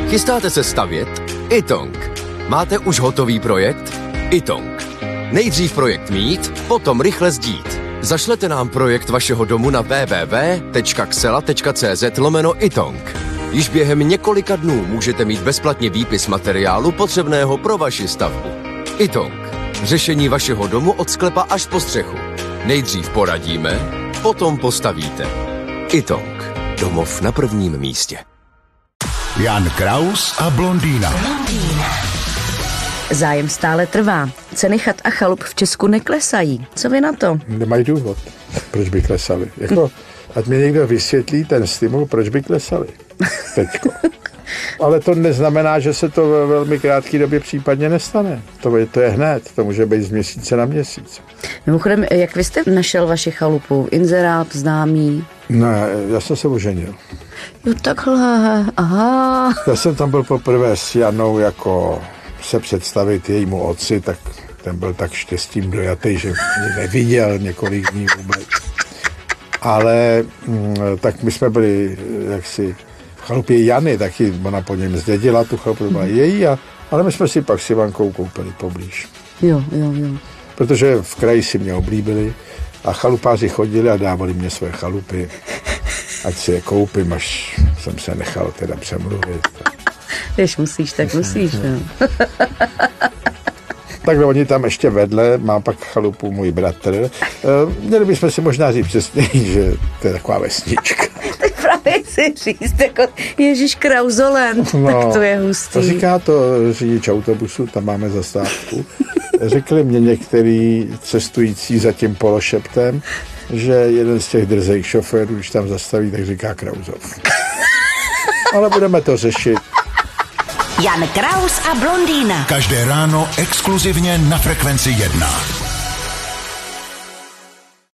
Chystáte se stavět? Itong. Máte už hotový projekt? Itong. Nejdřív projekt mít, potom rychle sdít. Zašlete nám projekt vašeho domu na www.xela.cz/itong. Již během několika dnů můžete mít bezplatně výpis materiálu potřebného pro vaši stavbu. Itong. Řešení vašeho domu od sklepa až po střechu. Nejdřív poradíme, potom postavíte. Itong. Domov na prvním místě. Jan Kraus a blondýna. Zájem stále trvá. Ceny chat a chalup v Česku neklesají. Co vy na to? Nemají důvod, proč by klesaly. Ať mi někdo vysvětlí ten stimul, proč by klesaly. Teďko. Ale to neznamená, že se to ve velmi krátké době případně nestane. To je hned, to může být z měsíce na měsíc. Mimochodem, jak vy jste našel vaši chalupu? Inzerát, známý? Ne, já jsem se oženil. Jo, takhle, aha. Já jsem tam byl poprvé s Janou jako se představit jejímu otci, tak ten byl tak štěstím dojatý, že mě neviděl několik dní vůbec. Ale tak my jsme byli jaksi v chalupě Jany, taky ona po něm zdědila tu chalupu, to byla její, ale my jsme si pak s Ivankou koupili poblíž. Jo. Protože v kraji si mě oblíbili a chalupáři chodili a dávali mě své chalupy, ať si je koupím, až jsem se nechal teda přemluvit. Když musíš, tak musíš, no. Takhle oni tam ještě vedle, má pak chalupu můj bratr. Měli bychom si možná říct přesněji, že to je taková vesnička. Tak právě si říct, jako Ježíš Krauzolen, tak to je hustý. Říká to řidič autobusu, tam máme zastávku. Řekli mě některý cestující za tím pološeptem, že jeden z těch drzejch šoférů, když tam zastaví, tak říká Krauzov. Ale budeme to řešit. Jan Kraus a blondýna. Každé ráno exkluzivně na Frekvenci 1.